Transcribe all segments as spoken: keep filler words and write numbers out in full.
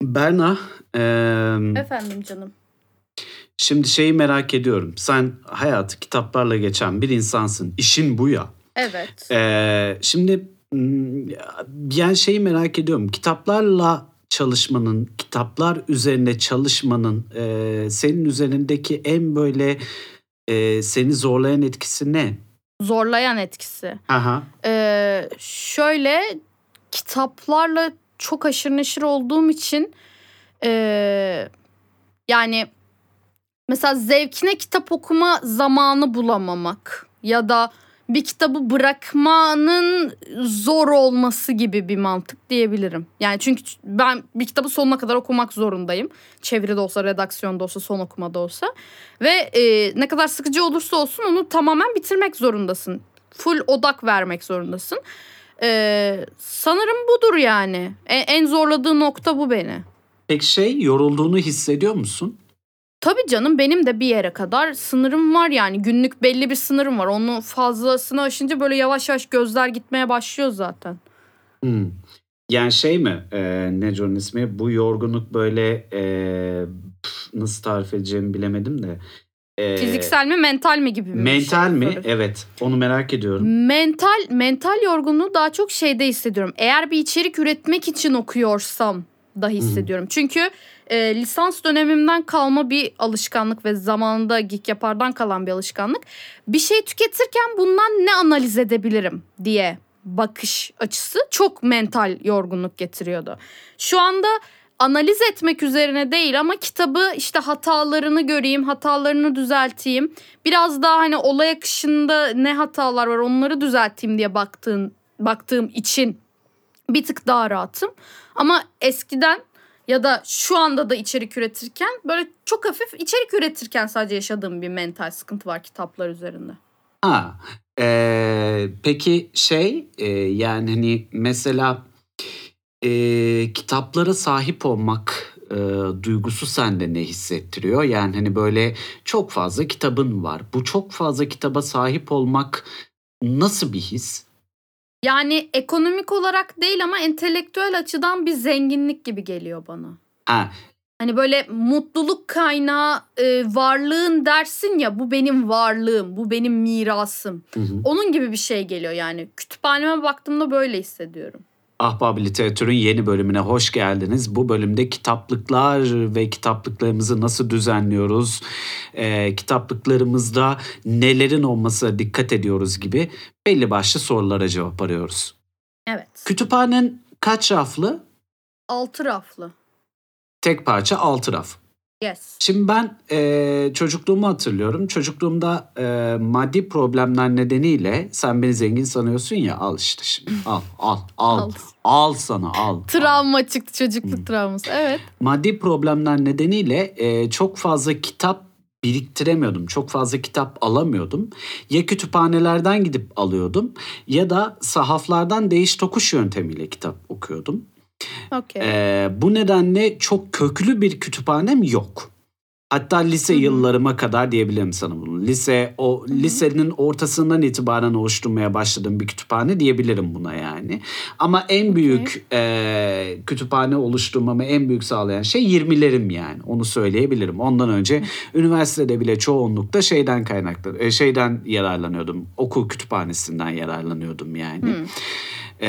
Berna, eee, Efendim canım. şimdi şeyi merak ediyorum. Sen hayatı kitaplarla geçen bir insansın. İşin bu ya. Evet. Eee, şimdi mm, yani şeyi merak ediyorum. Kitaplarla çalışmanın, kitaplar üzerine çalışmanın eee, senin üzerindeki en böyle eee, seni zorlayan etkisi ne? Zorlayan etkisi. Aha. Ee, şöyle kitaplarla çok aşırı neşir olduğum için ee, yani mesela zevkine kitap okuma zamanı bulamamak ya da bir kitabı bırakmanın zor olması gibi bir mantık diyebilirim. Yani çünkü ben bir kitabı sonuna kadar okumak zorundayım. Çeviride olsa, redaksiyonda olsa, son okumada olsa. Ve e, ne kadar sıkıcı olursa olsun onu tamamen bitirmek zorundasın. Full odak vermek zorundasın. Ee, sanırım budur yani. En, en zorladığı nokta bu beni. Peki şey yorulduğunu hissediyor musun? Tabii canım benim de bir yere kadar sınırım var yani. Günlük belli bir sınırım var. Onu fazlasını aşınca böyle yavaş yavaş gözler gitmeye başlıyor zaten. Hmm. Yani şey mi? E, ne onun ismi? Bu yorgunluk böyle e, pf, nasıl tarif edeceğimi bilemedim de. E, Fiziksel mi mental mi gibi bir mental şey mi? soruyorsun. Evet. Onu merak ediyorum. Mental mental yorgunluğu daha çok şeyde hissediyorum. Eğer bir içerik üretmek için okuyorsam da hissediyorum. Çünkü e, lisans dönemimden kalma bir alışkanlık ve zamanında Geek Yapar'dan kalan bir alışkanlık. Bir şey tüketirken bundan ne analiz edebilirim diye bakış açısı çok mental yorgunluk getiriyordu. Şu anda analiz etmek üzerine değil ama kitabı işte hatalarını göreyim, hatalarını düzelteyim. Biraz daha hani olay akışında ne hatalar var onları düzelteyim diye baktığın, baktığım için bir tık daha rahatım. Ama eskiden ya da şu anda da içerik üretirken böyle çok hafif içerik üretirken sadece yaşadığım bir mental sıkıntı var kitaplar üzerinde. Ha. E, peki şey e, yani hani mesela e, kitaplara sahip olmak e, duygusu sende ne hissettiriyor? Yani hani böyle çok fazla kitabın var. Bu çok fazla kitaba sahip olmak nasıl bir his? Yani ekonomik olarak değil ama entelektüel açıdan bir zenginlik gibi geliyor bana. Ha, Hani böyle mutluluk kaynağı e, varlığın dersin ya bu benim varlığım, bu benim mirasım. hı hı. Onun gibi bir şey geliyor yani. Kütüphaneme baktığımda böyle hissediyorum. Ahbap Literatür'ün yeni bölümüne hoş geldiniz. Bu bölümde kitaplıklar ve kitaplıklarımızı nasıl düzenliyoruz, e, kitaplıklarımızda nelerin olmasına dikkat ediyoruz gibi belli başlı sorulara cevap arıyoruz. Evet. Kütüphanen kaç raflı? Altı raflı. Tek parça altı raf. Yes. Şimdi ben e, çocukluğumu hatırlıyorum. Çocukluğumda e, maddi problemler nedeniyle sen beni zengin sanıyorsun ya al işte şimdi al al al Al. al sana al. al. Travma çıktı çocukluk travması. Evet. Maddi problemler nedeniyle e, çok fazla kitap biriktiremiyordum. Çok fazla kitap alamıyordum. Ya kütüphanelerden gidip alıyordum ya da sahaflardan değiş tokuş yöntemiyle kitap okuyordum. Okey. Ee, bu nedenle çok köklü bir kütüphanem yok. Hatta lise Hı hı. yıllarıma kadar diyebilirim sana bunu. Lise o Hı hı. lisenin ortasından itibaren oluşturmaya başladığım bir kütüphane diyebilirim buna yani. Ama en Okey. büyük e, kütüphane oluşturmamı en büyük sağlayan şey yirmilerim yani. Onu söyleyebilirim. Ondan önce üniversitede bile çoğunlukla şeyden kaynaklı e, şeyden yararlanıyordum. Okul kütüphanesinden yararlanıyordum yani. Hı. Ee,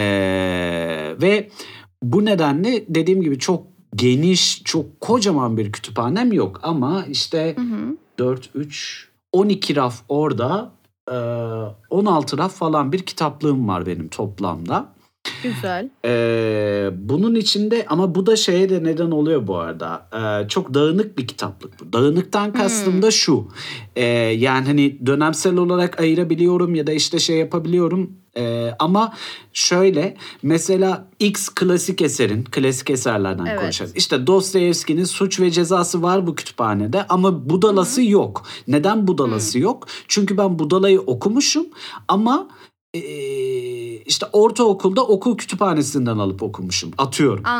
ve bu nedenle dediğim gibi çok geniş, çok kocaman bir kütüphanem yok. Ama işte Hı hı. dört, üç, on iki raf orada, e, on altı raf falan bir kitaplığım var benim toplamda. Güzel. Ee, bunun içinde ama bu da şeye de neden oluyor bu arada. Ee, çok dağınık bir kitaplık bu. Dağınıktan kastım Hmm. da şu. Ee, yani hani dönemsel olarak ayırabiliyorum ya da işte şey yapabiliyorum. Ee, ama şöyle mesela X klasik eserin, klasik eserlerden Evet. konuşalım. İşte Dostoyevski'nin Suç ve Cezası var bu kütüphanede ama Budalası yok. Neden Budalası Hı. yok? Çünkü ben Budala'yı okumuşum ama Ee, işte ortaokulda okul kütüphanesinden alıp okumuşum. Atıyorum. Anladım.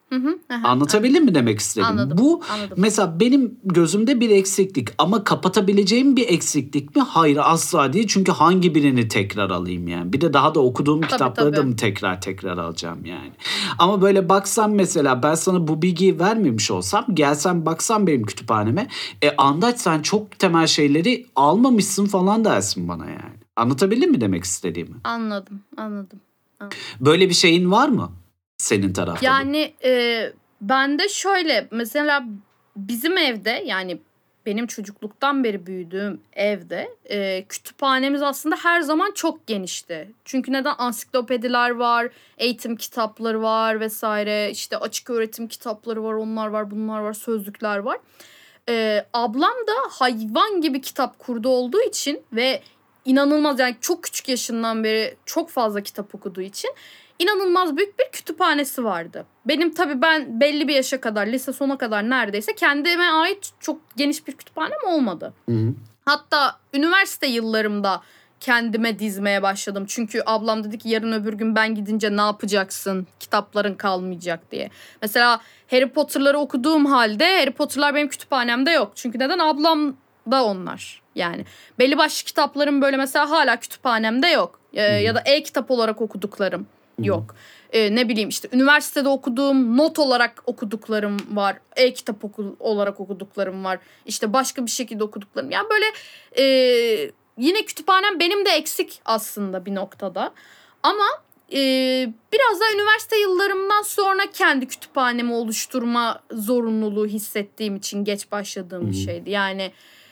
Hı hı, aha, Anlatabildim mi demek istedim? Anladım, Bu anladım. mesela benim gözümde bir eksiklik ama kapatabileceğim bir eksiklik mi? Hayır, asla değil. Çünkü hangi birini tekrar alayım yani? Bir de daha da okuduğum Tabii kitapları da tabii. mı tekrar tekrar alacağım yani? Ama böyle baksam mesela ben sana bu bilgiyi vermemiş olsam, gelsem baksam benim kütüphaneme, e Andaç sen çok temel şeyleri almamışsın falan dersin bana yani. Anlatabildim mi demek istediğimi? Anladım, anladım. anladım. Böyle bir şeyin var mı senin tarafta da? Yani e, ben de şöyle mesela bizim evde, yani benim çocukluktan beri büyüdüğüm evde e, kütüphanemiz aslında her zaman çok genişti. Çünkü neden? Ansiklopediler var, eğitim kitapları var vesaire, işte açık öğretim kitapları var, onlar var, bunlar var, sözlükler var. E, ablam da hayvan gibi kitap kurdu olduğu için ve inanılmaz, yani çok küçük yaşından beri çok fazla kitap okuduğu için inanılmaz büyük bir kütüphanesi vardı. Benim tabii ben belli bir yaşa kadar, lise sona kadar neredeyse kendime ait çok geniş bir kütüphanem olmadı. Hı hı. Hatta üniversite yıllarımda kendime dizmeye başladım. Çünkü ablam dedi ki yarın öbür gün ben gidince ne yapacaksın? Kitapların kalmayacak diye. Mesela Harry Potter'ları okuduğum halde Harry Potter'lar benim kütüphanemde yok. Çünkü neden? Ablam da onlar. Yani belli başlı kitaplarım böyle mesela hala kütüphanemde yok. Ee, ya da e-kitap olarak okuduklarım yok. Ee, ne bileyim işte üniversitede okuduğum, not olarak okuduklarım var. E-kitap oku- olarak okuduklarım var. İşte başka bir şekilde okuduklarım. Yani böyle e, yine kütüphanem benim de eksik aslında bir noktada. Ama e, biraz da üniversite yıllarımdan sonra kendi kütüphanemi oluşturma zorunluluğu hissettiğim için geç başladığım bir şeydi. Yani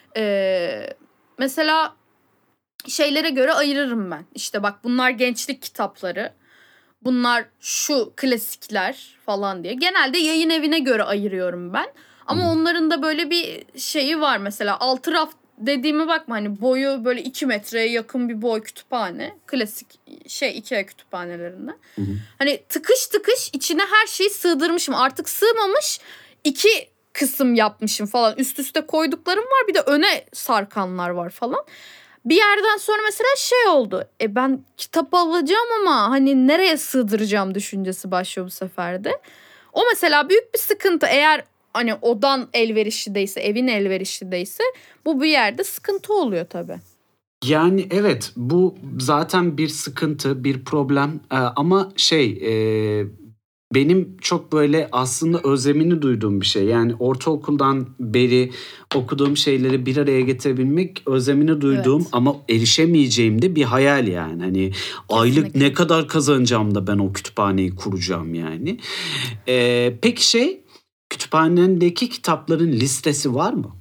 e, mesela şeylere göre ayırırım ben. İşte bak bunlar gençlik kitapları. Bunlar şu klasikler falan diye. Genelde yayın evine göre ayırıyorum ben. Ama onların da böyle bir şeyi var mesela. Altı raf dediğime bakma, hani boyu böyle iki metreye yakın bir boy kütüphane. Klasik şey IKEA kütüphanelerinden. Hı hı. Hani tıkış tıkış içine her şeyi sığdırmışım. Artık sığmamış, iki kısım yapmışım falan. Üst üste koyduklarım var, bir de öne sarkanlar var falan. Bir yerden sonra mesela şey oldu. E ben kitap alacağım ama hani nereye sığdıracağım düşüncesi başlıyor bu sefer de. O mesela büyük bir sıkıntı. Eğer hani odan elverişli değilse, evin elverişli değilse bu bir yerde sıkıntı oluyor tabii. Yani evet, bu zaten bir sıkıntı, bir problem. Ee, ama şey e, benim çok böyle aslında özlemini duyduğum bir şey. Yani ortaokuldan beri okuduğum şeyleri bir araya getirebilmek özlemini duyduğum Evet. ama erişemeyeceğim de bir hayal yani. Hani aylık Kesinlikle. ne kadar kazanacağım da ben o kütüphaneyi kuracağım yani. Ee, peki şey, kütüphanendeki kitapların listesi var mı?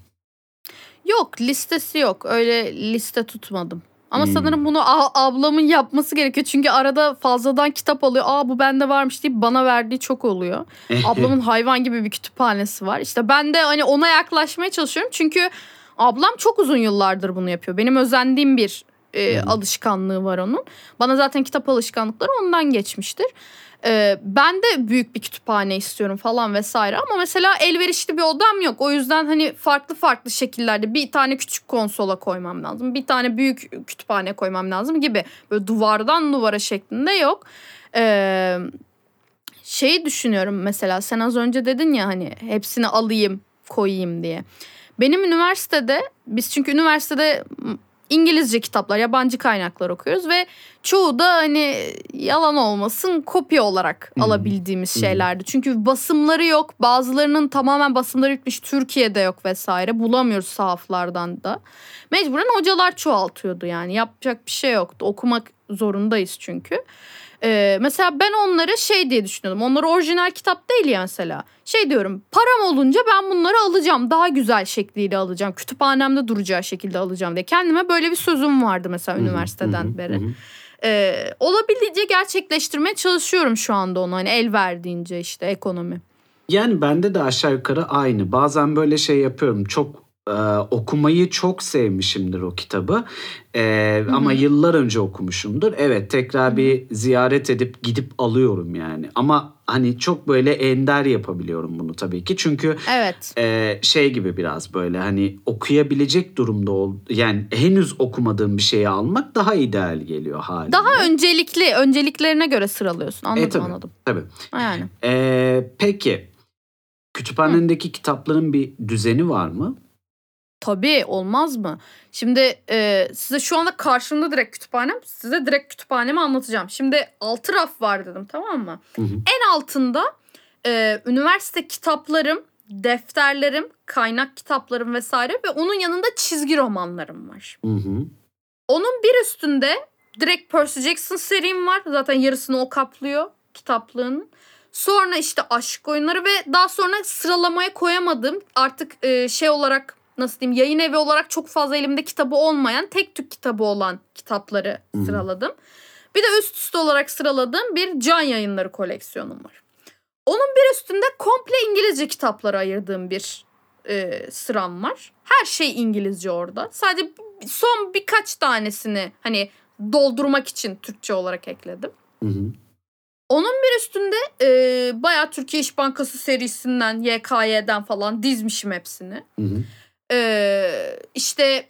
Yok, listesi yok. Öyle liste tutmadım. Ama Hmm. sanırım bunu a- ablamın yapması gerekiyor. Çünkü arada fazladan kitap alıyor. Aa bu bende varmış deyip bana verdiği çok oluyor. Ablamın hayvan gibi bir kütüphanesi var. İşte ben de hani ona yaklaşmaya çalışıyorum. Çünkü ablam çok uzun yıllardır bunu yapıyor. Benim özendiğim bir e, Hı hı. alışkanlığı var onun. Bana zaten kitap alışkanlıkları ondan geçmiştir. Ee, ben de büyük bir kütüphane istiyorum falan vesaire ama mesela elverişli bir odam yok. O yüzden hani farklı farklı şekillerde bir tane küçük konsola koymam lazım. Bir tane büyük kütüphane koymam lazım gibi. Böyle duvardan duvara şeklinde yok. Ee, şeyi düşünüyorum mesela, sen az önce dedin ya hani hepsini alayım koyayım diye. Benim üniversitede, biz çünkü üniversitede İngilizce kitaplar, yabancı kaynaklar okuyoruz ve çoğu da hani yalan olmasın kopya olarak Hı hı. alabildiğimiz Hı hı. şeylerdi. Çünkü basımları yok. Bazılarının tamamen basımları bitmiş, Türkiye'de yok vesaire. Bulamıyoruz sahaflardan da. Mecburen hocalar çoğaltıyordu yani. Yapacak bir şey yoktu. Okumak zorundayız çünkü. Ee, mesela ben onları şey diye düşünüyordum. Onlar orijinal kitap değil ya mesela. Şey diyorum, param olunca ben bunları alacağım. Daha güzel şekliyle alacağım. Kütüphanemde duracağı şekilde alacağım diye. Kendime böyle bir sözüm vardı mesela Hı hı. üniversiteden Hı hı. beri. Hı hı. Ee, olabildiğince gerçekleştirmeye çalışıyorum şu anda onu. Hani el verdiğince işte ekonomi. Yani bende de aşağı yukarı aynı. Bazen böyle şey yapıyorum. Çok e, okumayı çok sevmişimdir o kitabı. E, ama yıllar önce okumuşumdur. Evet, tekrar Hı hı. bir ziyaret edip gidip alıyorum yani. Ama hani çok böyle ender yapabiliyorum bunu tabii ki. Çünkü Evet. e, şey gibi biraz böyle hani okuyabilecek durumda ol, yani henüz okumadığım bir şeyi almak daha ideal geliyor haliyle. Daha öncelikli, önceliklerine göre sıralıyorsun. Anladım E, tabii, anladım. tabii. Yani. E, peki kütüphanendeki kitapların bir düzeni var mı? Tabii, olmaz mı? Şimdi e, size şu anda karşımda direkt kütüphanem. Size direkt kütüphanemi anlatacağım. Şimdi altı raf var dedim, tamam mı? Hı hı. En altında e, üniversite kitaplarım, defterlerim, kaynak kitaplarım vesaire ve onun yanında çizgi romanlarım var. Hı hı. Onun bir üstünde direkt Percy Jackson serim var. Zaten yarısını o kaplıyor kitaplığın. Sonra işte aşk oyunları ve daha sonra sıralamaya koyamadığım artık e, şey olarak nasıl diyeyim, yayın evi olarak çok fazla elimde kitabı olmayan, tek tük kitabı olan kitapları Hı-hı. sıraladım. Bir de üst üste olarak sıraladığım bir Can Yayınları koleksiyonum var. Onun bir üstünde komple İngilizce kitaplara ayırdığım bir e, sıram var. Her şey İngilizce orada. Sadece son birkaç tanesini hani doldurmak için Türkçe olarak ekledim. Hı hı. Onun bir üstünde e, bayağı Türkiye İş Bankası serisinden, Y K Y'den falan dizmişim hepsini. Hı hı. E, işte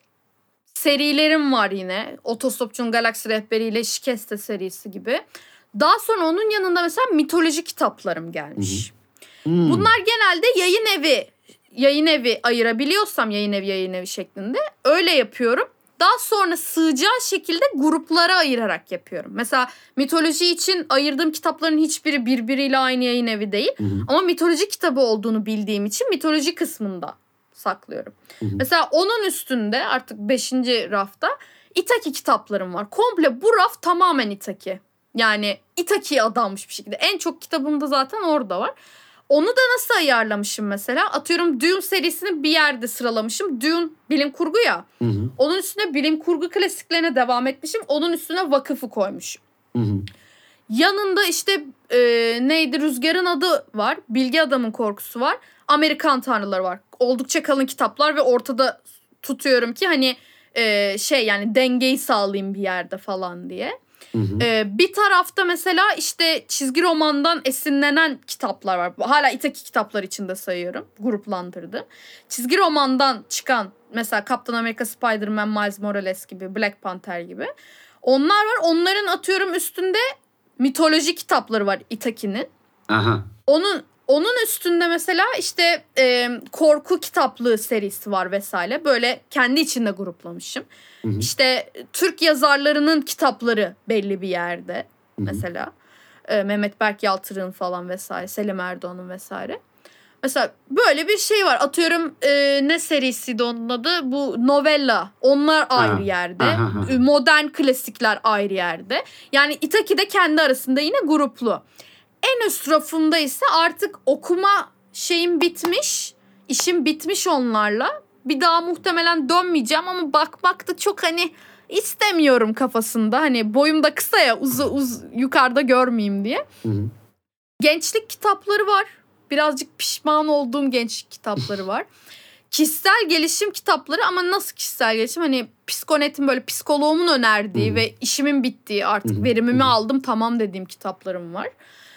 serilerim var yine. Otostopçunun Galaksi Rehberi ile Şikeste serisi gibi. Daha sonra onun yanında mesela mitoloji kitaplarım gelmiş. Hı hı. Bunlar genelde yayın evi, yayın evi ayırabiliyorsam yayın evi yayın evi şeklinde öyle yapıyorum. Daha sonra sığacağı şekilde gruplara ayırarak yapıyorum. Mesela mitoloji için ayırdığım kitapların hiçbiri birbiriyle aynı yayın evi değil. Hı hı. Ama mitoloji kitabı olduğunu bildiğim için mitoloji kısmında saklıyorum. Hı hı. Mesela onun üstünde artık beşinci rafta Itaki kitaplarım var. Komple bu raf tamamen Itaki. Yani Itaki'ye adanmış bir şekilde. En çok kitabım da zaten orada var. Onu da nasıl ayarlamışım mesela? Atıyorum Dune serisini bir yerde sıralamışım. Dune bilim kurgu ya. Hı hı. Onun üstüne bilim kurgu klasiklerine devam etmişim. Onun üstüne vakıfı koymuşum. Hı hı. Yanında işte e, neydi, Rüzgar'ın adı var. Bilge Adamın Korkusu var. Amerikan Tanrıları var. Oldukça kalın kitaplar ve ortada tutuyorum ki hani e, şey yani dengeyi sağlayayım bir yerde falan diye. Hı hı. Ee, bir tarafta mesela işte çizgi romandan esinlenen kitaplar var. Hala Itaki kitaplar içinde sayıyorum. Gruplandırdım. Çizgi romandan çıkan mesela Kaptan Amerika, Spider-Man, Miles Morales gibi, Black Panther gibi. Onlar var. Onların atıyorum üstünde mitoloji kitapları var Itaki'nin. Aha. Onun onun üstünde mesela işte e, korku kitaplığı serisi var vesaire. Böyle kendi içinde gruplamışım. Hı hı. İşte Türk yazarlarının kitapları belli bir yerde. Hı hı. Mesela e, Mehmet Berk Yaltırık'ın falan vesaire, Selim Erdoğan'ın vesaire. Mesela böyle bir şey var. Atıyorum e, ne serisiydi onun adı? Bu novella. Onlar ayrı Ha. yerde. Aha, aha. Modern klasikler ayrı yerde. Yani Itaki de kendi arasında yine gruplu. En üst rafımda ise artık okuma şeyim bitmiş. İşim bitmiş onlarla. Bir daha muhtemelen dönmeyeceğim ama bakmak da çok hani istemiyorum kafasında. Hani boyum da kısa ya, uz, uz yukarıda görmeyeyim diye. Hı hı. Gençlik kitapları var. Birazcık pişman olduğum gençlik kitapları var. Kişisel gelişim kitapları ama nasıl kişisel gelişim? Hani Psikonetin böyle psikoloğumun önerdiği Hı hı. ve işimin bittiği, artık Hı hı. verimimi Hı hı. aldım tamam dediğim kitaplarım var.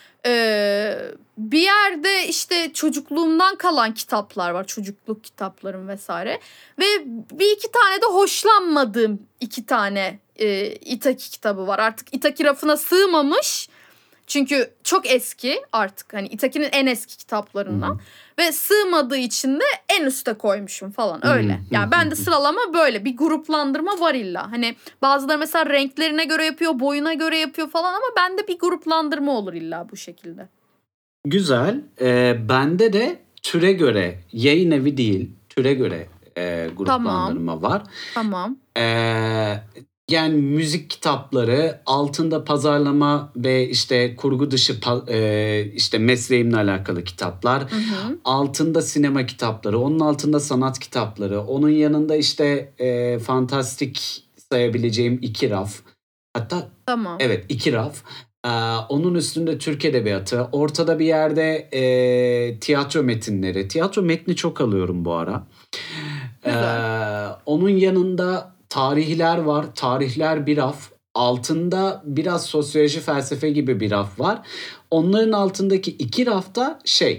Ee, bir yerde işte çocukluğumdan kalan kitaplar var. Çocukluk kitaplarım vesaire. Ve bir iki tane de hoşlanmadığım iki tane e, Itaki kitabı var. Artık Itaki rafına sığmamış. Çünkü çok eski artık. Hani Itaki'nin en eski kitaplarından. Hı hı. Ve sığmadığı için de en üste koymuşum falan Hı hı. öyle. Hı Yani hı. bende Hı. sıralama böyle. Bir gruplandırma var illa. Hani bazıları mesela renklerine göre yapıyor, boyuna göre yapıyor falan ama bende bir gruplandırma olur illa bu şekilde. Güzel. Ee, bende de türe göre, yayın evi değil, türe göre e, gruplandırma var. Tamam. Ee, yani müzik kitapları, altında pazarlama ve işte kurgu dışı pa- e, işte mesleğimle alakalı kitaplar. Hı hı. Altında sinema kitapları, onun altında sanat kitapları, onun yanında işte e, fantastik sayabileceğim iki raf. Hatta Tamam. evet iki raf. Ee, onun üstünde Türk Edebiyatı. Ortada bir yerde e, tiyatro metinleri. Tiyatro metni çok alıyorum bu ara. Güzel. Ee, onun yanında tarihler var. Tarihler bir raf. altında biraz sosyoloji, felsefe gibi bir raf var. Onların altındaki iki rafta şey,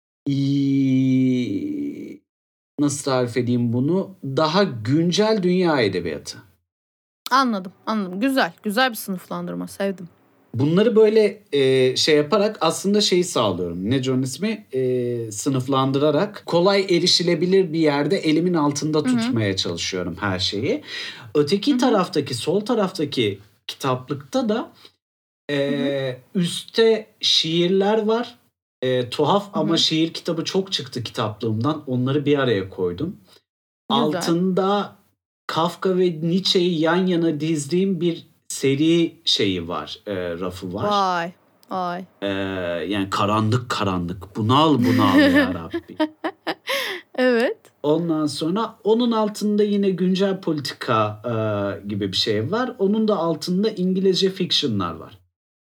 ee, nasıl tarif edeyim bunu? Daha güncel dünya edebiyatı. Anladım, anladım. Güzel, güzel bir sınıflandırma. Sevdim. Bunları böyle e, şey yaparak aslında şeyi sağlıyorum. Nedir onun ismi? E, sınıflandırarak kolay erişilebilir bir yerde elimin altında tutmaya Hı-hı. çalışıyorum her şeyi. Öteki Hı-hı. taraftaki, sol taraftaki kitaplıkta da e, üstte şiirler var. E, tuhaf Hı-hı. ama şiir kitabı çok çıktı kitaplığımdan. Onları bir araya koydum. Güzel. Altında Kafka ve Nietzsche'yi yan yana dizdiğim bir seri şeyi var, e, rafı var. Vay, vay. E, yani karanlık karanlık, bunal bunal ya Rabbi. Evet. Ondan sonra onun altında yine güncel politika e, gibi bir şey var. Onun da altında İngilizce fiction'lar var.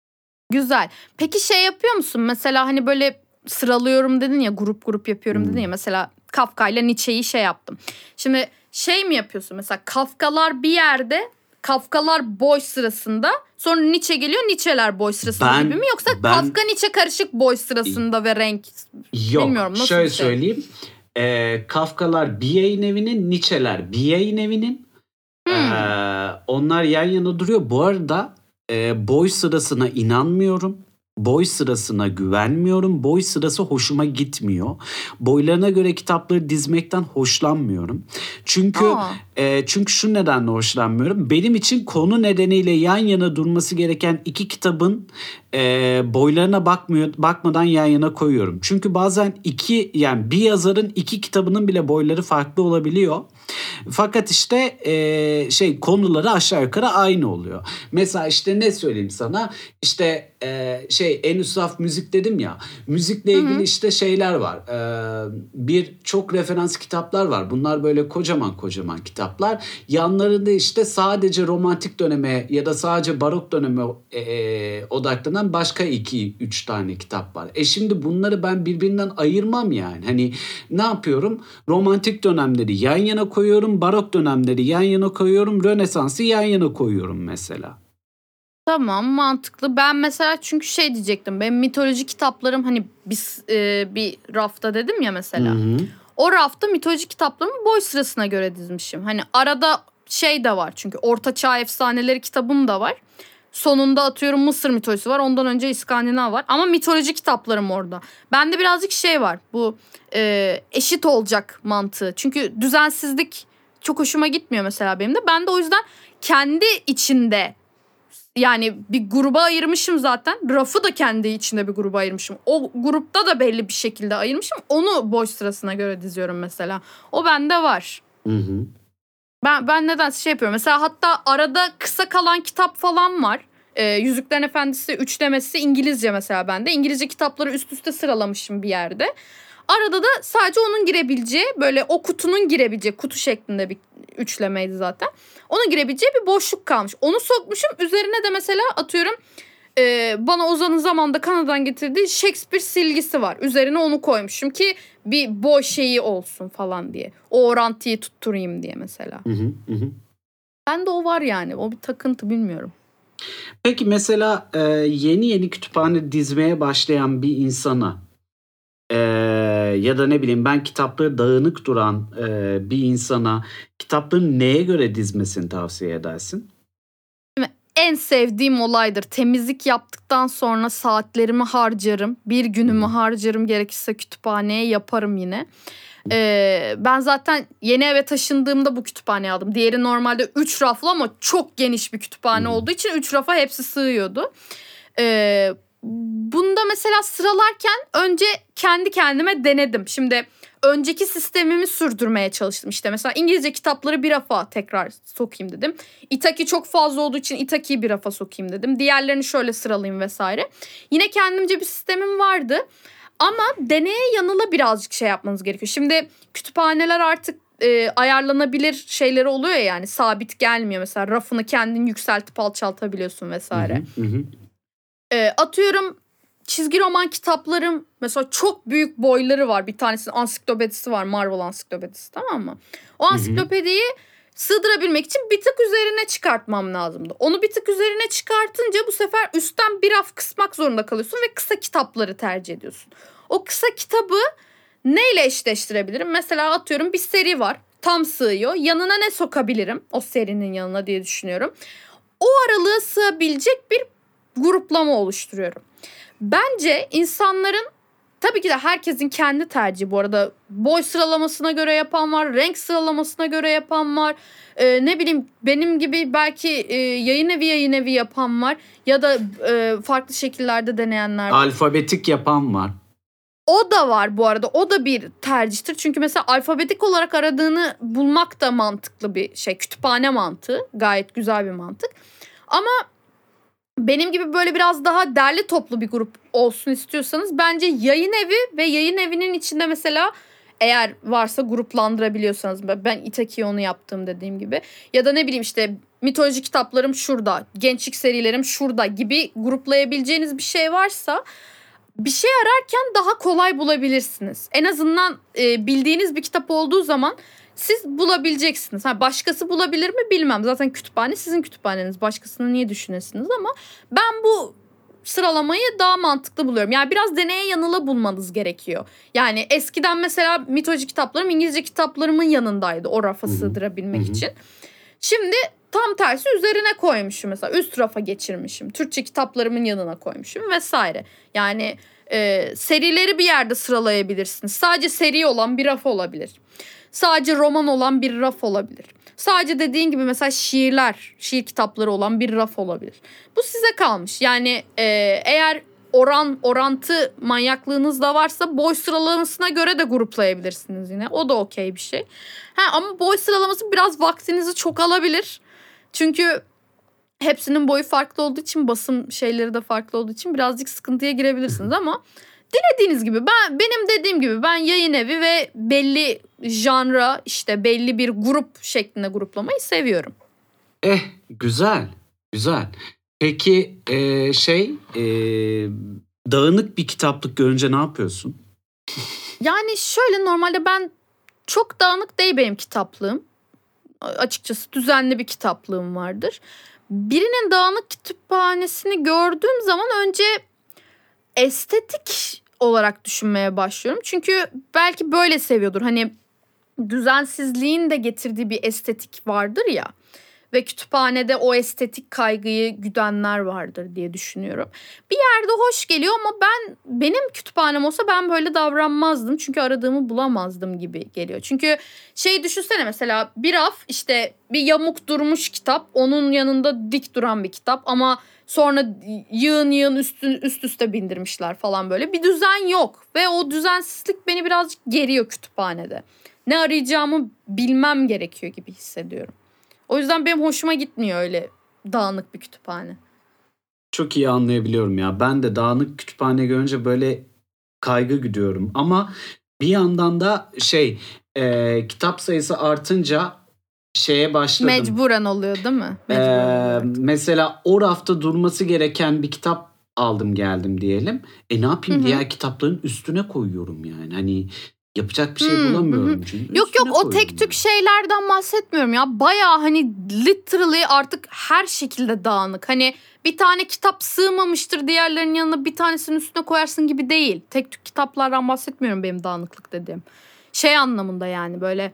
Güzel. Peki şey yapıyor musun? Mesela hani böyle sıralıyorum dedin ya, grup grup yapıyorum hmm. dedin ya. Mesela Kafka ile Nietzsche'yi şey yaptım. Şimdi şey mi yapıyorsun? Mesela Kafkalar bir yerde, Kafkalar boy sırasında, sonra Nietzsche geliyor, Nietzsche'ler boy sırasında ben, gibi mi? Yoksa ben, Kafka Nietzsche karışık boy sırasında ve renk? Yok, bilmiyorum nasıl şöyle bir şey. söyleyeyim. Ee, Kafkalar bir yayın evinin, Nietzsche'ler bir yayın evinin. Hmm. Ee, onlar yan yana duruyor. Bu arada e, boy sırasına inanmıyorum. Boy sırasına güvenmiyorum. Boy sırası hoşuma gitmiyor. Boylarına göre kitapları dizmekten hoşlanmıyorum. Çünkü e, çünkü şu nedenle hoşlanmıyorum. Benim için konu nedeniyle yan yana durması gereken iki kitabın e, boylarına bakmıyor, bakmadan yan yana koyuyorum. Çünkü bazen iki yani bir yazarın iki kitabının bile boyları farklı olabiliyor. Fakat işte e, şey konuları aşağı yukarı aynı oluyor. Mesela işte ne söyleyeyim sana? İşte e, şey en üst raf müzik dedim ya. Müzikle ilgili Hı-hı. işte şeyler var. E, bir çok referans kitaplar var. Bunlar böyle kocaman kocaman kitaplar. Yanlarında işte sadece romantik döneme ya da sadece barok döneme e, odaklanan başka iki üç tane kitap var. E şimdi bunları ben birbirinden ayırmam yani. Hani ne yapıyorum? Romantik dönemleri yan yana koyuyorum. Barok dönemleri yan yana koyuyorum. Rönesans'ı yan yana koyuyorum mesela. Tamam, mantıklı. Ben mesela çünkü şey diyecektim. Benim mitoloji kitaplarım hani biz e, bir rafta dedim ya mesela. Hı-hı. O rafta mitoloji kitaplarımı boy sırasına göre dizmişim. Hani arada şey de var çünkü Orta Çağ Efsaneleri kitabım da var. Sonunda atıyorum Mısır mitolojisi var. Ondan önce İskandinav var. Ama mitoloji kitaplarım orada. Bende birazcık şey var. Bu e, eşit olacak mantığı. Çünkü düzensizlik çok hoşuma gitmiyor mesela benim de. Ben de o yüzden kendi içinde yani bir gruba ayırmışım zaten. Rafı da kendi içinde bir gruba ayırmışım. O grupta da belli bir şekilde ayırmışım. Onu boş sırasına göre diziyorum mesela. O bende var. Hı hı. Ben ben nedense şey yapıyorum. Mesela hatta arada kısa kalan kitap falan var. Ee, Yüzüklerin Efendisi üçlemesi İngilizce mesela bende. İngilizce kitapları üst üste sıralamışım bir yerde. Arada da sadece onun girebileceği, böyle o kutunun girebileceği, kutu şeklinde bir üçlemeydi zaten. Onun girebileceği bir boşluk kalmış. Onu sokmuşum. Üzerine de mesela atıyorum e, bana Ozan'ın zamanında Kanada'dan getirdiği Shakespeare silgisi var. Üzerine onu koymuşum ki bir boy şeyi olsun falan diye. O orantıyı tutturayım diye mesela. Hı hı hı. Bende o var yani. O bir takıntı, bilmiyorum. Peki mesela e, yeni yeni kütüphane dizmeye başlayan bir insana e, ya da ne bileyim ben kitapları dağınık duran e, bir insana kitapları neye göre dizmesini tavsiye edersin? En sevdiğim olaydır. Temizlik yaptıktan sonra saatlerimi harcarım. Bir günümü harcarım. Gerekirse kütüphaneye yaparım yine. Ee, ben zaten yeni eve taşındığımda bu kütüphaneyi aldım. Diğeri normalde üç raflı ama çok geniş bir kütüphane olduğu için üç rafa hepsi sığıyordu. Ee, bunda mesela sıralarken önce kendi kendime denedim. Şimdi önceki sistemimi sürdürmeye çalıştım. İşte mesela İngilizce kitapları bir rafa tekrar sokayım dedim. İtaki çok fazla olduğu için İtaki'yi bir rafa sokayım dedim. Diğerlerini şöyle sıralayayım vesaire. Yine kendimce bir sistemim vardı. Ama deneye yanıla birazcık şey yapmanız gerekiyor. Şimdi kütüphaneler artık e, ayarlanabilir şeyleri oluyor ya, yani sabit gelmiyor. Mesela rafını kendin yükseltip alçaltabiliyorsun vesaire. Hı hı hı. E, atıyorum çizgi roman kitaplarım mesela çok büyük boyları var. Bir tanesinin ansiklopedisi var, Marvel ansiklopedisi, tamam mı? O ansiklopediyi sığdırabilmek için bir tık üzerine çıkartmam lazımdı. Onu bir tık üzerine çıkartınca bu sefer üstten bir raf kısmak zorunda kalıyorsun ve kısa kitapları tercih ediyorsun. O kısa kitabı neyle eşleştirebilirim? Mesela atıyorum bir seri var. Tam sığıyor. Yanına ne sokabilirim? O serinin yanına diye düşünüyorum. O aralığa sığabilecek bir gruplama oluşturuyorum. Bence insanların, tabii ki de herkesin kendi tercihi bu arada. Boy sıralamasına göre yapan var, renk sıralamasına göre yapan var. Ee, ne bileyim benim gibi belki e, yayın evi yayın evi yapan var. Ya da e, farklı şekillerde deneyenler var. Alfabetik yapan var. O da var bu arada. O da bir tercihtir. Çünkü mesela alfabetik olarak aradığını bulmak da mantıklı bir şey. Kütüphane mantığı. Gayet güzel bir mantık. Ama benim gibi böyle biraz daha derli toplu bir grup olsun istiyorsanız bence yayın evi ve yayın evinin içinde mesela eğer varsa gruplandırabiliyorsanız, ben İtaki'ye onu yaptığım dediğim gibi, ya da ne bileyim işte mitoloji kitaplarım şurada, gençlik serilerim şurada gibi gruplayabileceğiniz bir şey varsa bir şey ararken daha kolay bulabilirsiniz. En azından e, bildiğiniz bir kitap olduğu zaman siz bulabileceksiniz. Ha, başkası bulabilir mi bilmem. Zaten kütüphane sizin kütüphaneniz. Başkasını niye düşünesiniz, ama ben bu sıralamayı daha mantıklı buluyorum. Yani biraz deneye yanıla bulmanız gerekiyor. Yani eskiden mesela mitoloji kitaplarım İngilizce kitaplarımın yanındaydı o rafa sığdırabilmek Hı hı. için. Şimdi tam tersi üzerine koymuşum mesela. Üst rafa geçirmişim. Türkçe kitaplarımın yanına koymuşum vesaire. Yani e, serileri bir yerde sıralayabilirsiniz. Sadece seri olan bir raf olabilir. Sadece roman olan bir raf olabilir. Sadece dediğin gibi mesela şiirler, şiir kitapları olan bir raf olabilir. Bu size kalmış. Yani e, eğer oran orantı manyaklığınız da varsa boy sıralamasına göre de gruplayabilirsiniz yine. O da okey bir şey. Ha, ama boy sıralaması biraz vaktinizi çok alabilir. Çünkü hepsinin boyu farklı olduğu için, basım şeyleri de farklı olduğu için birazcık sıkıntıya girebilirsiniz, ama dilediğiniz gibi, ben benim dediğim gibi ben yayın evi ve belli janra, işte belli bir grup şeklinde gruplamayı seviyorum. Eh güzel güzel. Peki e, şey e, dağınık bir kitaplık görünce ne yapıyorsun? Yani şöyle, normalde ben çok dağınık değil benim kitaplığım. Açıkçası düzenli bir kitaplığım vardır. Birinin dağınık kütüphanesini gördüğüm zaman önce estetik olarak düşünmeye başlıyorum. Çünkü belki böyle seviyordur. Hani düzensizliğin de getirdiği bir estetik vardır ya. Ve kütüphanede o estetik kaygıyı güdenler vardır diye düşünüyorum. Bir yerde hoş geliyor ama ben benim kütüphanem olsa ben böyle davranmazdım. Çünkü aradığımı bulamazdım gibi geliyor. Çünkü şey düşünsene, mesela bir raf, işte bir yamuk durmuş kitap, onun yanında dik duran bir kitap ama sonra yığın yığın üst, üst üste bindirmişler falan böyle. Bir düzen yok ve o düzensizlik beni birazcık geriyor kütüphanede. Ne arayacağımı bilmem gerekiyor gibi hissediyorum. O yüzden benim hoşuma gitmiyor öyle dağınık bir kütüphane. Çok iyi anlayabiliyorum ya. Ben de dağınık kütüphane görünce böyle kaygı güdüyorum. Ama bir yandan da şey e, kitap sayısı artınca şeye başladım. Mecburen oluyor değil mi? Ee, Mecburen. mesela o rafta durması gereken bir kitap aldım geldim diyelim. E ne yapayım, Hı hı. diğer kitapların üstüne koyuyorum yani. Hani yapacak bir şey Hmm, bulamıyorum hı. çünkü. Yok Üstüne yok, o koyuyorum tek tük şeylerden bahsetmiyorum ya. Bayağı hani literally artık her şekilde dağınık. Hani bir tane kitap sığmamıştır diğerlerinin yanına, bir tanesinin üstüne koyarsın gibi değil. Tek tük kitaplardan bahsetmiyorum benim dağınıklık dediğim. Şey anlamında yani, böyle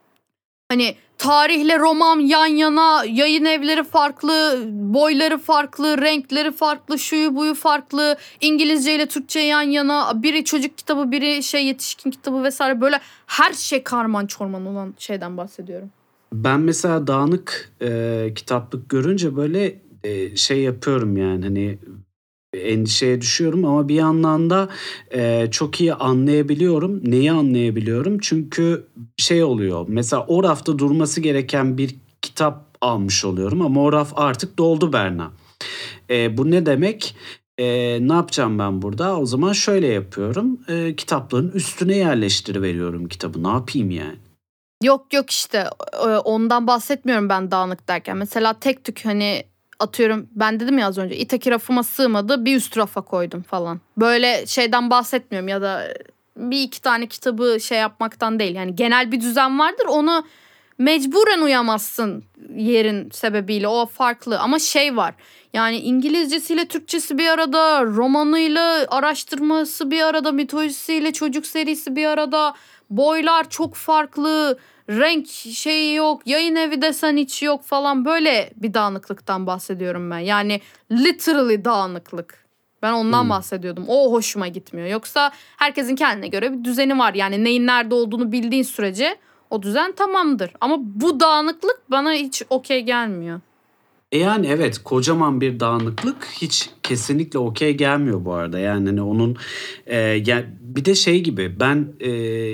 hani tarihle roman yan yana, yayın evleri farklı, boyları farklı, renkleri farklı, şuyu buyu farklı, İngilizce ile Türkçe yan yana, biri çocuk kitabı, biri şey yetişkin kitabı vesaire, böyle her şey karman çorman olan şeyden bahsediyorum. Ben mesela dağınık e, kitaplık görünce böyle e, şey yapıyorum yani, hani endişeye düşüyorum ama bir yandan da e, çok iyi anlayabiliyorum. Neyi anlayabiliyorum? Çünkü şey oluyor. Mesela o rafta durması gereken bir kitap almış oluyorum ama o raf artık doldu Berna. E, bu ne demek? E, ne yapacağım ben burada? O zaman şöyle yapıyorum. E, kitapların üstüne yerleştiriveriyorum kitabı. Ne yapayım yani? Yok yok, işte ondan bahsetmiyorum ben dağınık derken. Mesela tek tük, hani atıyorum ben dedim ya az önce, İtaki rafıma sığmadı, bir üst rafa koydum falan. Böyle şeyden bahsetmiyorum, ya da bir iki tane kitabı şey yapmaktan değil. Yani genel bir düzen vardır, onu mecburen uyamazsın yerin sebebiyle. O farklı ama şey var. Yani İngilizcesiyle Türkçesi bir arada, romanıyla araştırması bir arada, mitolojisiyle çocuk serisi bir arada. Boylar çok farklı, renk şeyi yok, yayın evi desen hiç yok falan, böyle bir dağınıklıktan bahsediyorum ben. Yani literally dağınıklık. Ben ondan Hmm. bahsediyordum. O hoşuma gitmiyor. Yoksa herkesin kendine göre bir düzeni var. Yani neyin nerede olduğunu bildiğin sürece o düzen tamamdır. Ama bu dağınıklık bana hiç okey gelmiyor. E yani evet, kocaman bir dağınıklık hiç kesinlikle okey gelmiyor bu arada. Yani hani onun e, ya bir de şey gibi, ben e,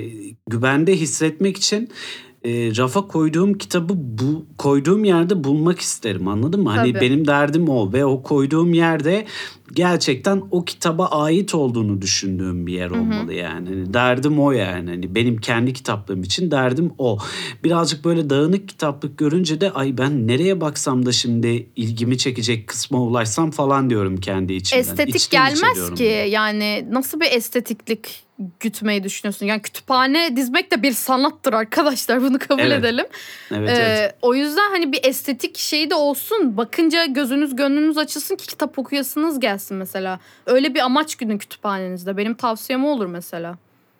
güvende hissetmek için e, rafa koyduğum kitabı bu koyduğum yerde bulmak isterim, anladın mı? Hani Tabii. benim derdim o ve o koyduğum yerde gerçekten o kitaba ait olduğunu düşündüğüm bir yer Hı hı. olmalı yani. Hani derdim o yani. Hani benim kendi kitaplığım için derdim o. Birazcık böyle dağınık kitaplık görünce de ay ben nereye baksam da şimdi ilgimi çekecek kısma ulaşsam falan diyorum kendi içimden. Estetik İçten içe gelmez diyorum ki. bunu. Yani nasıl bir estetiklik gütmeyi düşünüyorsun? Yani kütüphane dizmek de bir sanattır arkadaşlar. Bunu kabul Evet. edelim. Evet Ee, evet. o yüzden hani bir estetik şeyi de olsun. Bakınca gözünüz gönlünüz açılsın ki kitap okuyasınız gelsin mesela. Öyle bir amaç günün kütüphanenizde. Benim tavsiyem o olur mesela.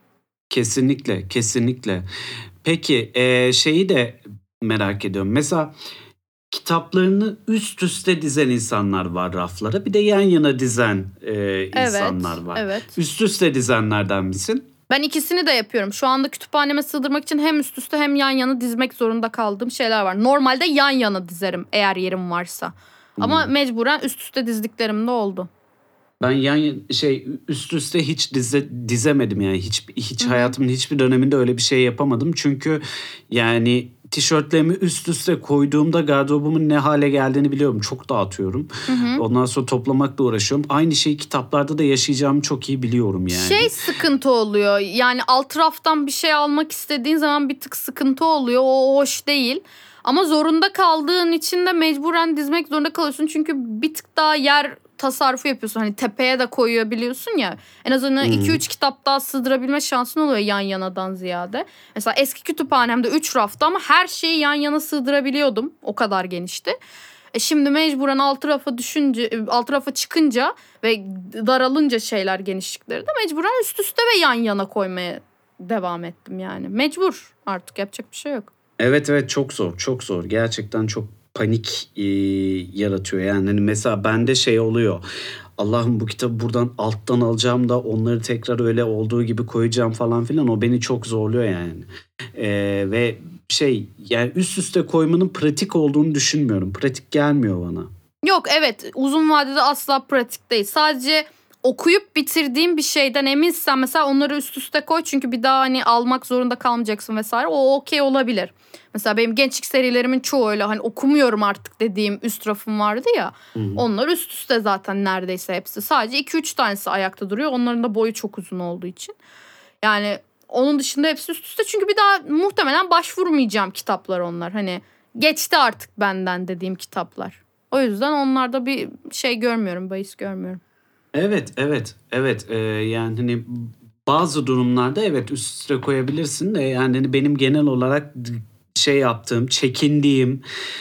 Kesinlikle, kesinlikle. Peki e, şeyi de merak ediyorum. Mesela kitaplarını üst üste dizen insanlar var raflara. Bir de yan yana dizen e, Evet, insanlar var. evet. Üst üste dizenlerden misin? Ben ikisini de yapıyorum. Şu anda kütüphaneme sığdırmak için hem üst üste hem yan yana dizmek zorunda kaldığım şeyler var. Normalde yan yana dizerim eğer yerim varsa. Ama Hmm. mecburen üst üste dizdiklerim de oldu. Ben yan şey üst üste hiç dize, dizemedim yani, hiç hiç Hı hı. hayatımın hiçbir döneminde öyle bir şey yapamadım. Çünkü yani tişörtlerimi üst üste koyduğumda gardırobumun ne hale geldiğini biliyorum. Çok dağıtıyorum. Hı hı. Ondan sonra toplamakla uğraşıyorum. Aynı şeyi kitaplarda da yaşayacağımı çok iyi biliyorum yani. Şey sıkıntı oluyor. Yani alt raftan bir şey almak istediğin zaman bir tık sıkıntı oluyor. O hoş değil. Ama zorunda kaldığın için de mecburen dizmek zorunda kalıyorsun. Çünkü bir tık daha yer tasarrufu yapıyorsun. Hani tepeye de koyabiliyorsun ya. En azından Hı iki hı. üç kitap daha sığdırabilme şansın oluyor yan yanadan ziyade. Mesela eski kütüphanemde üç rafta ama her şeyi yan yana sığdırabiliyordum. O kadar genişti. E şimdi mecburen alt rafa düşünce, alt rafa çıkınca ve daralınca şeyler genişlikleri de mecburen üst üste ve yan yana koymaya devam ettim yani. Mecbur, artık yapacak bir şey yok. Evet evet, çok zor çok zor. Gerçekten çok panik e, yaratıyor. Yani hani mesela bende şey oluyor. Allah'ım bu kitabı buradan alttan alacağım da onları tekrar öyle olduğu gibi koyacağım falan filan. O beni çok zorluyor yani. E, ve şey yani üst üste koymanın pratik olduğunu düşünmüyorum. Pratik gelmiyor bana. Yok, evet, uzun vadede asla pratik değil. Sadece okuyup bitirdiğim bir şeyden eminsen mesela onları üst üste koy. Çünkü bir daha hani almak zorunda kalmayacaksın vesaire. O okey olabilir. Mesela benim gençlik serilerimin çoğu öyle, hani okumuyorum artık dediğim üst rafım vardı ya. Hı hı. Onlar üst üste zaten neredeyse hepsi. Sadece iki üç tanesi ayakta duruyor. Onların da boyu çok uzun olduğu için. Yani onun dışında hepsi üst üste. Çünkü bir daha muhtemelen başvurmayacağım kitaplar onlar. Hani geçti artık benden dediğim kitaplar. O yüzden onlarda bir şey görmüyorum, bahis görmüyorum. Evet evet evet. E, yani hani bazı durumlarda evet üst üste koyabilirsin de yani hani benim genel olarak şey yaptığım, çekindiğim,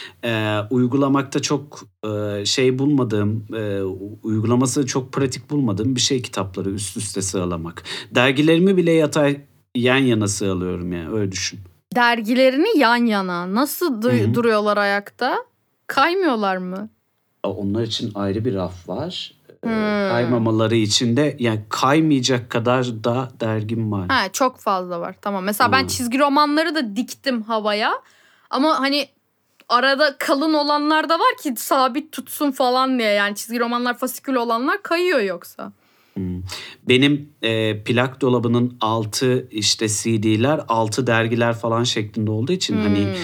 e, uygulamakta çok e, şey bulmadığım, e, uygulaması çok pratik bulmadığım bir şey kitapları üst üste sıralamak. Dergilerimi bile yatay yan yana sıralıyorum yani, öyle düşün. Dergilerini yan yana nasıl du- Hı hı. duruyorlar ayakta? Kaymıyorlar mı? Onlar için ayrı bir raf var. E, Hmm. kaymamaları için de yani kaymayacak kadar da dergim var. Ha, çok fazla var. Tamam. Mesela ben Ha. çizgi romanları da diktim havaya. Ama hani arada kalın olanlar da var ki sabit tutsun falan diye. Yani çizgi romanlar fasikül olanlar kayıyor yoksa. Hmm. Benim e, plak dolabının altı işte C D'ler, altı dergiler falan şeklinde olduğu için Hmm. hani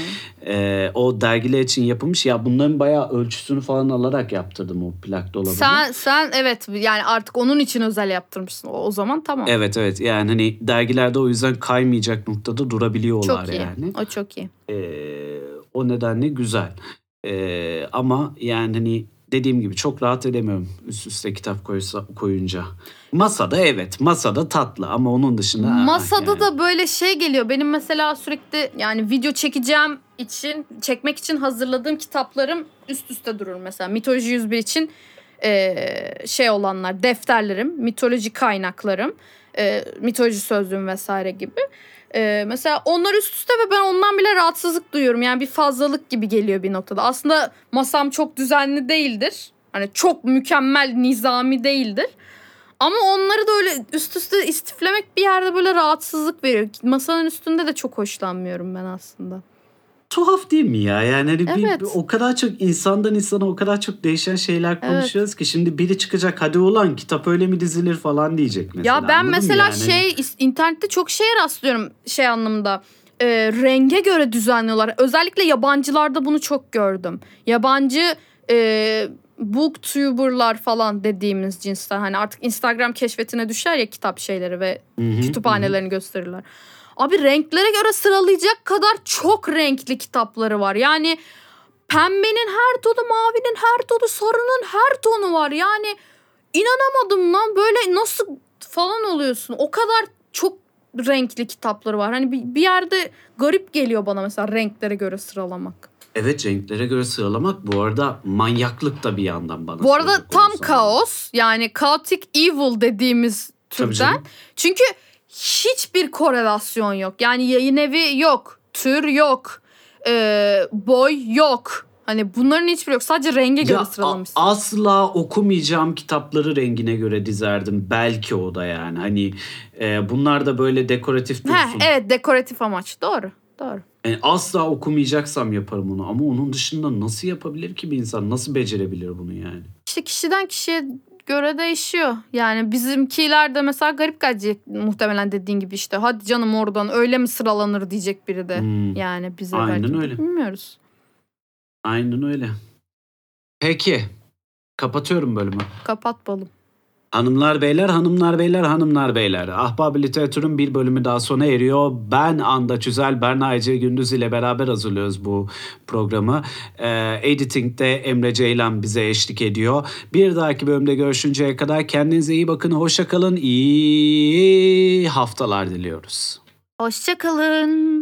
e, o dergiler için yapılmış. Ya bunların bayağı ölçüsünü falan alarak yaptırdım o plak dolabını. Sen sen evet, yani artık onun için özel yaptırmışsın. O, o zaman tamam. Evet evet, yani hani dergilerde o yüzden kaymayacak noktada durabiliyorlar Çok iyi. yani. O çok iyi. E, o nedenle güzel. E, ama yani hani dediğim gibi çok rahat edemiyorum üst üste kitap koysa, koyunca. Masada evet, masada tatlı ama onun dışında... Masada yani. da böyle şey geliyor. Benim mesela sürekli yani video çekeceğim için, çekmek için hazırladığım kitaplarım üst üste durur mesela. Mitoloji yüz bir için e, şey olanlar, defterlerim, mitoloji kaynaklarım, e, mitoloji sözlüğüm vesaire gibi. E, mesela onlar üst üste ve ben ondan bile rahatsızlık duyuyorum. Yani bir fazlalık gibi geliyor bir noktada. Aslında masam çok düzenli değildir. Hani çok mükemmel, nizami değildir. Ama onları da öyle üst üste istiflemek bir yerde böyle rahatsızlık veriyor. Masanın üstünde de çok hoşlanmıyorum ben aslında. Tuhaf değil mi ya? Yani hani bir, Evet. bir, o kadar çok insandan insana o kadar çok değişen şeyler konuşuyoruz evet. ki şimdi biri çıkacak hadi ulan kitap öyle mi dizilir falan diyecek mesela. Ya ben mesela yani? şey internette çok şeye rastlıyorum şey anlamında. E, renge göre düzenliyorlar. Özellikle yabancılarda bunu çok gördüm. Yabancı e, booktuber'lar falan dediğimiz cinsten hani artık Instagram keşfetine düşer ya kitap şeyleri ve hı-hı, kütüphanelerini hı-hı. gösterirler. Abi renklere göre sıralayacak kadar çok renkli kitapları var. Yani pembenin her tonu, mavinin her tonu, sarının her tonu var. Yani inanamadım lan böyle nasıl falan oluyorsun. O kadar çok renkli kitapları var. Hani bir, bir yerde garip geliyor bana mesela renklere göre sıralamak. Evet renklere göre sıralamak bu arada manyaklık da bir yandan bana. Bu arada tam kaos yani chaotic evil dediğimiz türden. Çünkü hiçbir korelasyon yok. Yani yayın evi yok, tür yok, e, boy yok. Hani bunların hiçbiri yok. Sadece renge göre ya, sıralamışsın. Asla okumayacağım kitapları rengine göre dizerdim. Belki o da yani. Hani e, bunlar da böyle dekoratif dursun. Heh, evet dekoratif amaç. Doğru. Doğru. Yani asla okumayacaksam yaparım onu. Ama onun dışında nasıl yapabilir ki bir insan? Nasıl becerebilir bunu yani? İşte kişiden kişiye göre değişiyor. Yani bizimkiler de mesela garip gelecek muhtemelen dediğin gibi işte. Hadi canım oradan öyle mi sıralanır diyecek biri de. Hmm. Yani bize Aynen belki öyle. bilmiyoruz. Aynen öyle. Peki. Kapatıyorum bölümü. Kapat balım. Hanımlar beyler, hanımlar beyler, hanımlar beyler. Ahbab-ı Literatür'ün bir bölümü daha sona eriyor. Ben Anda Çüzel, Berna Ece Gündüz ile beraber hazırlıyoruz bu programı. Ee, editing'de Emre Ceylan bize eşlik ediyor. Bir dahaki bölümde görüşünceye kadar kendinize iyi bakın, hoşça kalın, iyi haftalar diliyoruz. Hoşça kalın.